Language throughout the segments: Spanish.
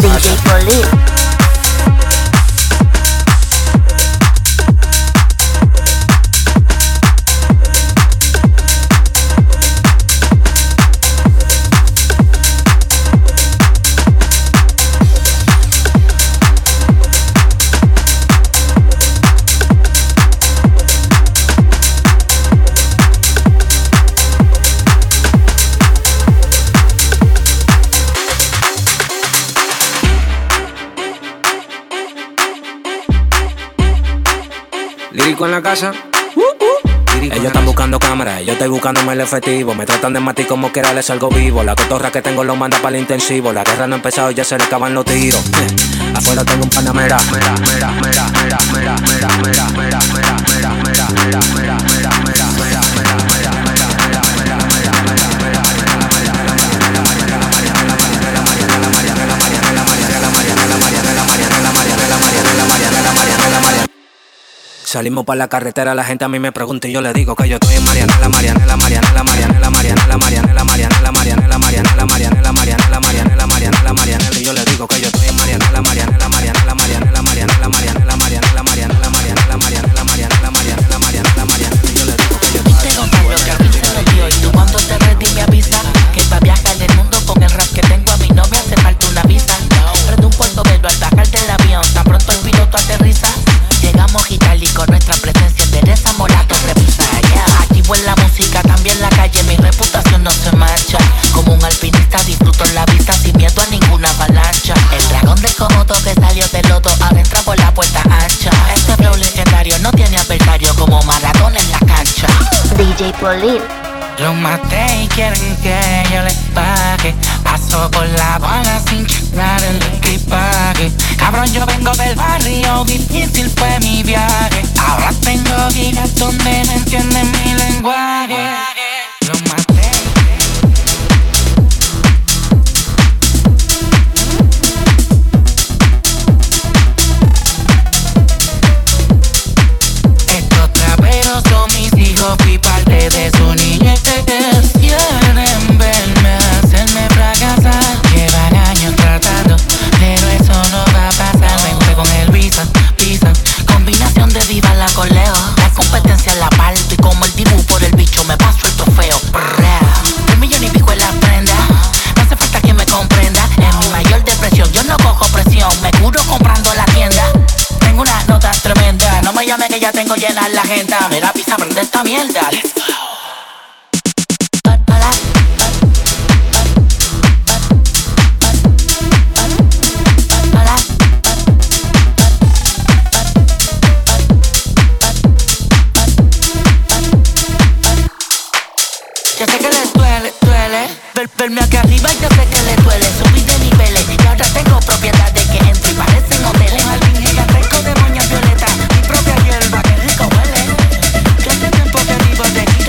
la casa. DJ Polín. Lírico en la casa. Ellos están buscando cámaras, yo estoy buscándome el efectivo. Me tratan de matar como quiera, les salgo vivo. La cotorra que tengo lo manda para el intensivo. La guerra no ha empezado y ya se le acaban los tiros. Afuera tengo un panamera. Salimos para la carretera, la gente a mí me pregunta y yo le digo que yo estoy en Marianela, Marianela, Marianela, Marianela, Marianela, Marianela, Marianela, Marianela, Marianela, Marianela, Marianela, Marianela, Marianela, Marianela, y yo le digo que yo estoy en Marianela, Marianela, Marianela, Marianela, Marianela, Marianela, Marianela, Marianela, Marianela, Marianela, Marianela, Marianela, Marianela, Marianela, y yo le digo que yo estoy en Marianela. Y tú cuando te ready me avisa que pa' viajar del mundo con el rap que tengo a mi novia hace falta una visa. Prende un portobelo al bajar del avión, tan pronto el piloto aterriza. Llegamos Itali con nuestra presencia endereza, molato revisa, yeah. Activo en la música, también la calle, mi reputación no se marcha. Como un alpinista disfruto en la vista sin miedo a ninguna avalancha. El dragón del Komodo que salió del lodo adentra por la puerta ancha. Este flow legendario no tiene adversario como Maradona en la cancha. DJ Polín. Lo maté y quieren que yo les pague. Paso por la bala sin checar el equipaje. Cabrón, yo vengo del barrio, difícil fue mi viaje. Ahora tengo guías donde no entienden mi lenguaje. Lo maté. Estos traperos son mis hijos, fui parte de su niñez. Quieren verme hacerme fracasar. Llevan años tratando, pero eso no va a pasar. Me juego con el visa. Combinación de diva la coleo. La competencia la parto y como el dibujo por el bicho me paso el trofeo. 3 millones y pico en la prenda. No hace falta que me comprenda. En mi mayor depresión yo no cojo presión. Me curo comprando la tienda. Tengo una nota tremenda. No me llame que ya tengo llena la agenda. Mira pisa, prende esta mierda. Let's go. Yo sé que les duele verme aquí arriba y yo sé que les duele subir de niveles. Y ahora tengo propiedades que entro y parecen hoteles. Un jardín gigantesco de moñas violetas, mi propia hierba, que rico huele. Yo hace tiempo que vivo de aquí.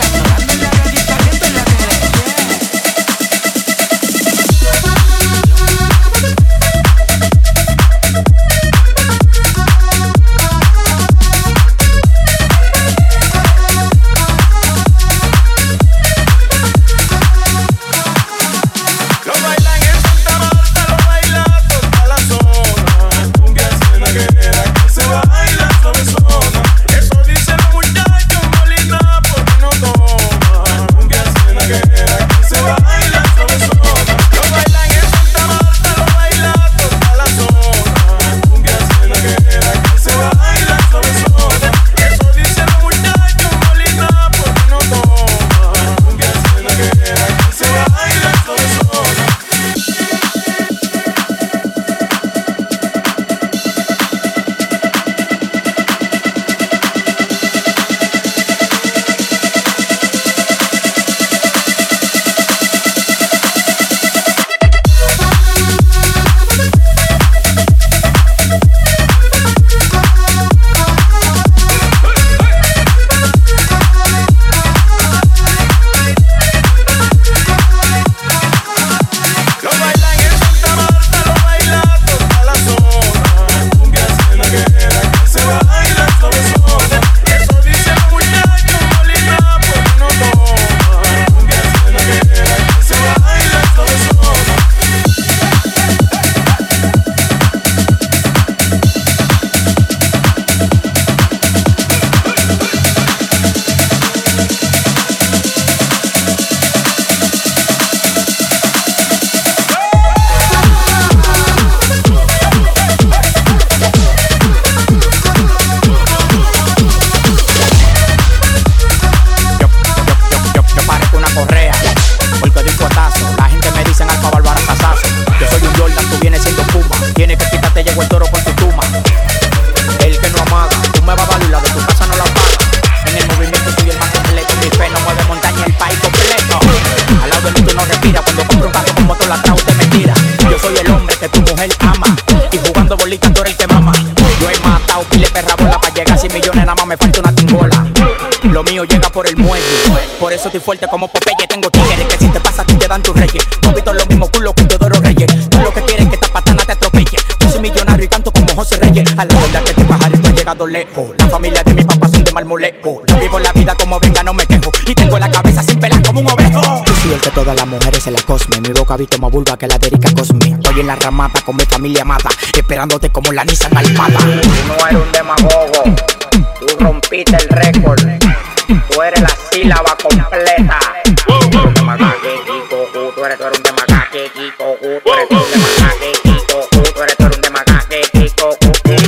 tienes que quitarte, llegó el toro con tu tuma. El que no amaga, tú me vas a valer, la de tu casa no la paga. En el movimiento soy el más completo, mi fe no mueve montaña, el país completo. Al lado de mí tú no respiras, cuando compro un carro con motor atrás usted me tira. Yo soy el hombre que tu mujer ama, y jugando bolitas tú eres el que mama. Yo he matado pile perra bola para llegar a 100 millones, nada más me falta una tingola. Lo mío llega por el muelle, por eso estoy fuerte como Popeye. Tengo tigres que si te pasa a ti te dan tus reyes. No visto lo mismo culo que Teodoro Reyes. Tú lo que quieres es que esta patana te atropelle. Yo soy millonario y canto como José Reyes. A la verdad que este pajarito ha llegado lejos. La familia de mi papá son de Marmolejo. Yo vivo la vida como venga, no me quejo. Y tengo la cabeza sin pelar como un ovejo. Yo soy el que todas las mujeres se la cosme. Mi boca visto más vulva que la de Erika Cosme. Estoy en la ramada con mi familia amada, esperándote como la Nissan Almada. Tú no eres un demagogo, tú rompiste el récord. Tú eres la sílaba completa. Tú eres un demagogue, Kiko. Tú eres un demagogue, Kiko. Tú eres un demagogue, Kiko. Tú eres un demagogue, Kiko.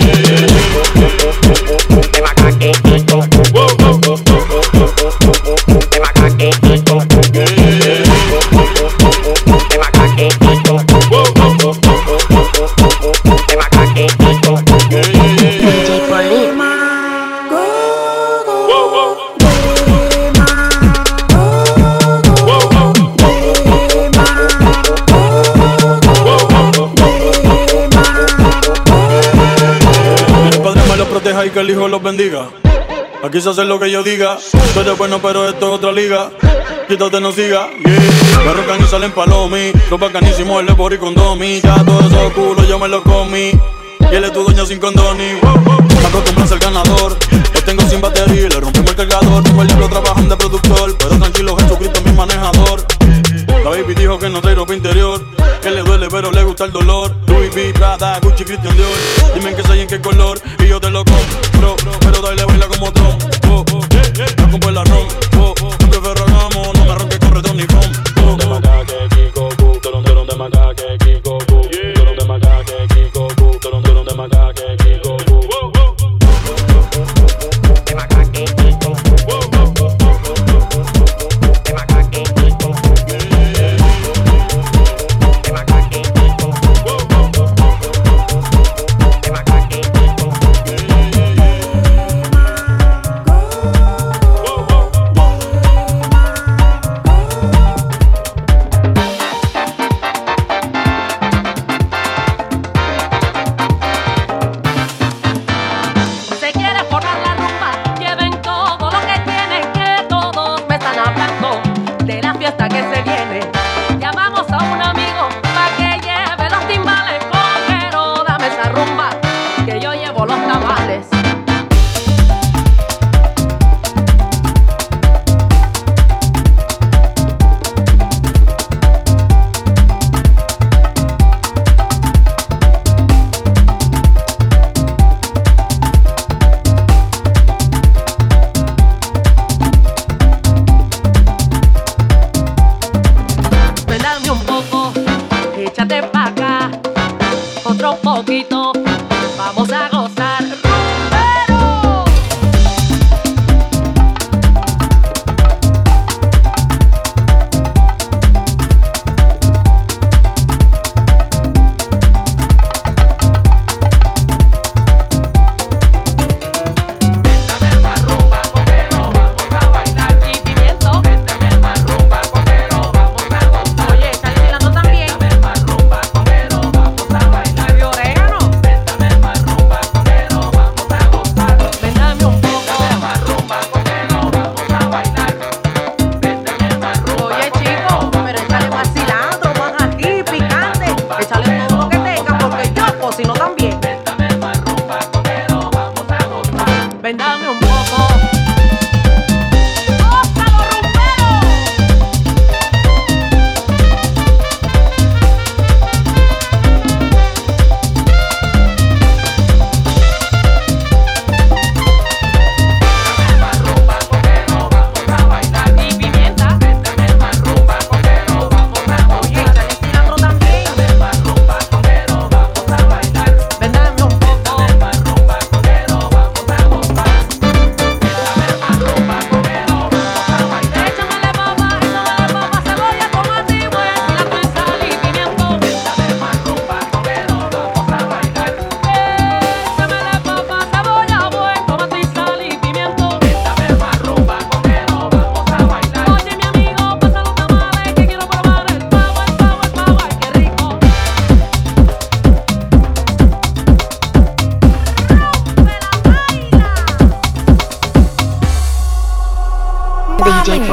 Demagogue, Kiko. Demagogue, Kiko. Y que el hijo los bendiga. Aquí se hace lo que yo diga. Tú eres bueno, pero esto es otra liga. Quítate, no siga. Yeah. Me rocan y salen palomi. Los bacanísimos, el Ebori con Domi. Ya todos esos culos yo me los comí. Y él es tu dueño sin condoni. Me acostumbro a ser ganador. Lo tengo sin batería y le rompimos el cargador. Tengo el libro trabajando de productor. Pero tranquilo, Jesucristo es mi manejador. La baby dijo que no trae ropa interior, que le duele pero le gusta el dolor. Louis V, Prada, Gucci, Christian Dior. Dime en qué soy, en qué color y yo te lo compro. Pero dale, baila como Trump. No compro el arroz. Siempre Ferragamo, no me ronques con retón ni con. De macaque, Kiko, toron de macaque, Kiko, toron de macaque, Kiko, toron de macaque, Kiko.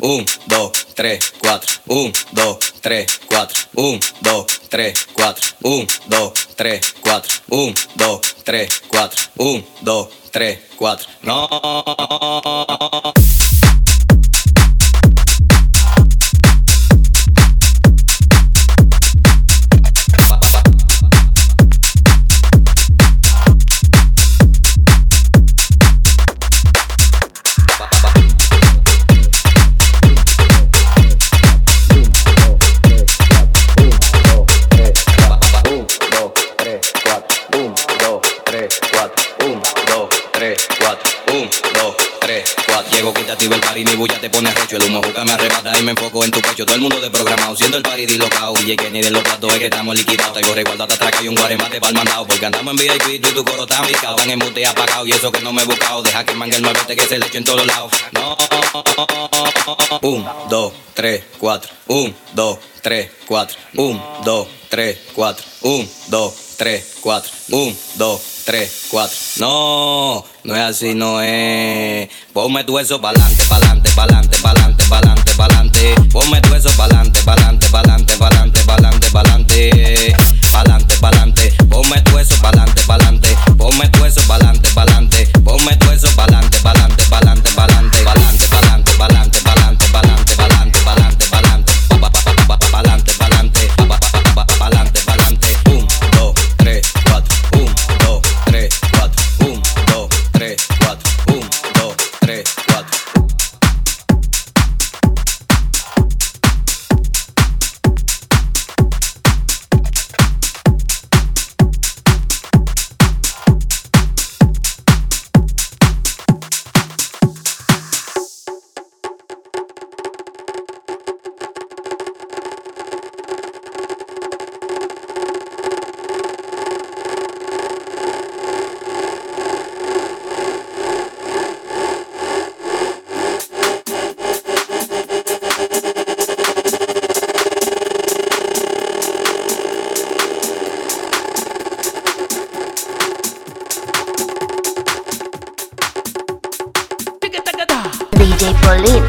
1, 2, 3, 4. 1, 2, 3, 4. 1, 2, 3, 4. 1, 2, 3, 4. 1, 2, 3, 4. 1, 2, 3, 4. No. El party, mi bulla te pone arrecho. El humo juca me arrebata y me enfoco en tu pecho. Todo el mundo de programado, siendo el party dislocado. Y que ni de los platos es que estamos liquidados. Traigo resguardo hasta atrás y un guaremate pa'l mandado. Porque andamos en VIP, tú y tu coro tan picado. Tan en mute apagado y eso que no me he buscado. Deja que mangue el malvete que se le eche en todos lados. No. 1, 2, 3, 4. 1, 2, 3, 4. 1, 2, 3, 4. 1, 2, 3, 4. 1, 2, 3, 4. No, no es así, no es. Ponme tu eso pa'lante, pa'lante, pa'lante, pa'lante, pa'lante, pa'lante. Ponme tu eso pa'lante, pa'lante, pa'lante, pa'lante, pa'lante, pa'lante. Pa'lante, pa'lante. Ponme tu eso pa'lante, pa'lante. Ponme tu eso pa'lante, pa'lante. Ponme tu eso pa'lante, pa'lante, pa'lante, pa'lante, pa'lante, pa'lante, pa'lante, pa'lante, pa'lante, pa'lante, pa'lante, pa'lante, pa'lante, pa'lante, pa'lante, pa'lante. 1, 2, 3, 4. 1, 2, 3, 4. 1, 2, 3, 4. 1, 2, 3, 4. DJ Polip.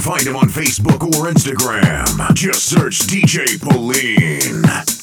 find him on Facebook or Instagram. Just search DJ Pauline.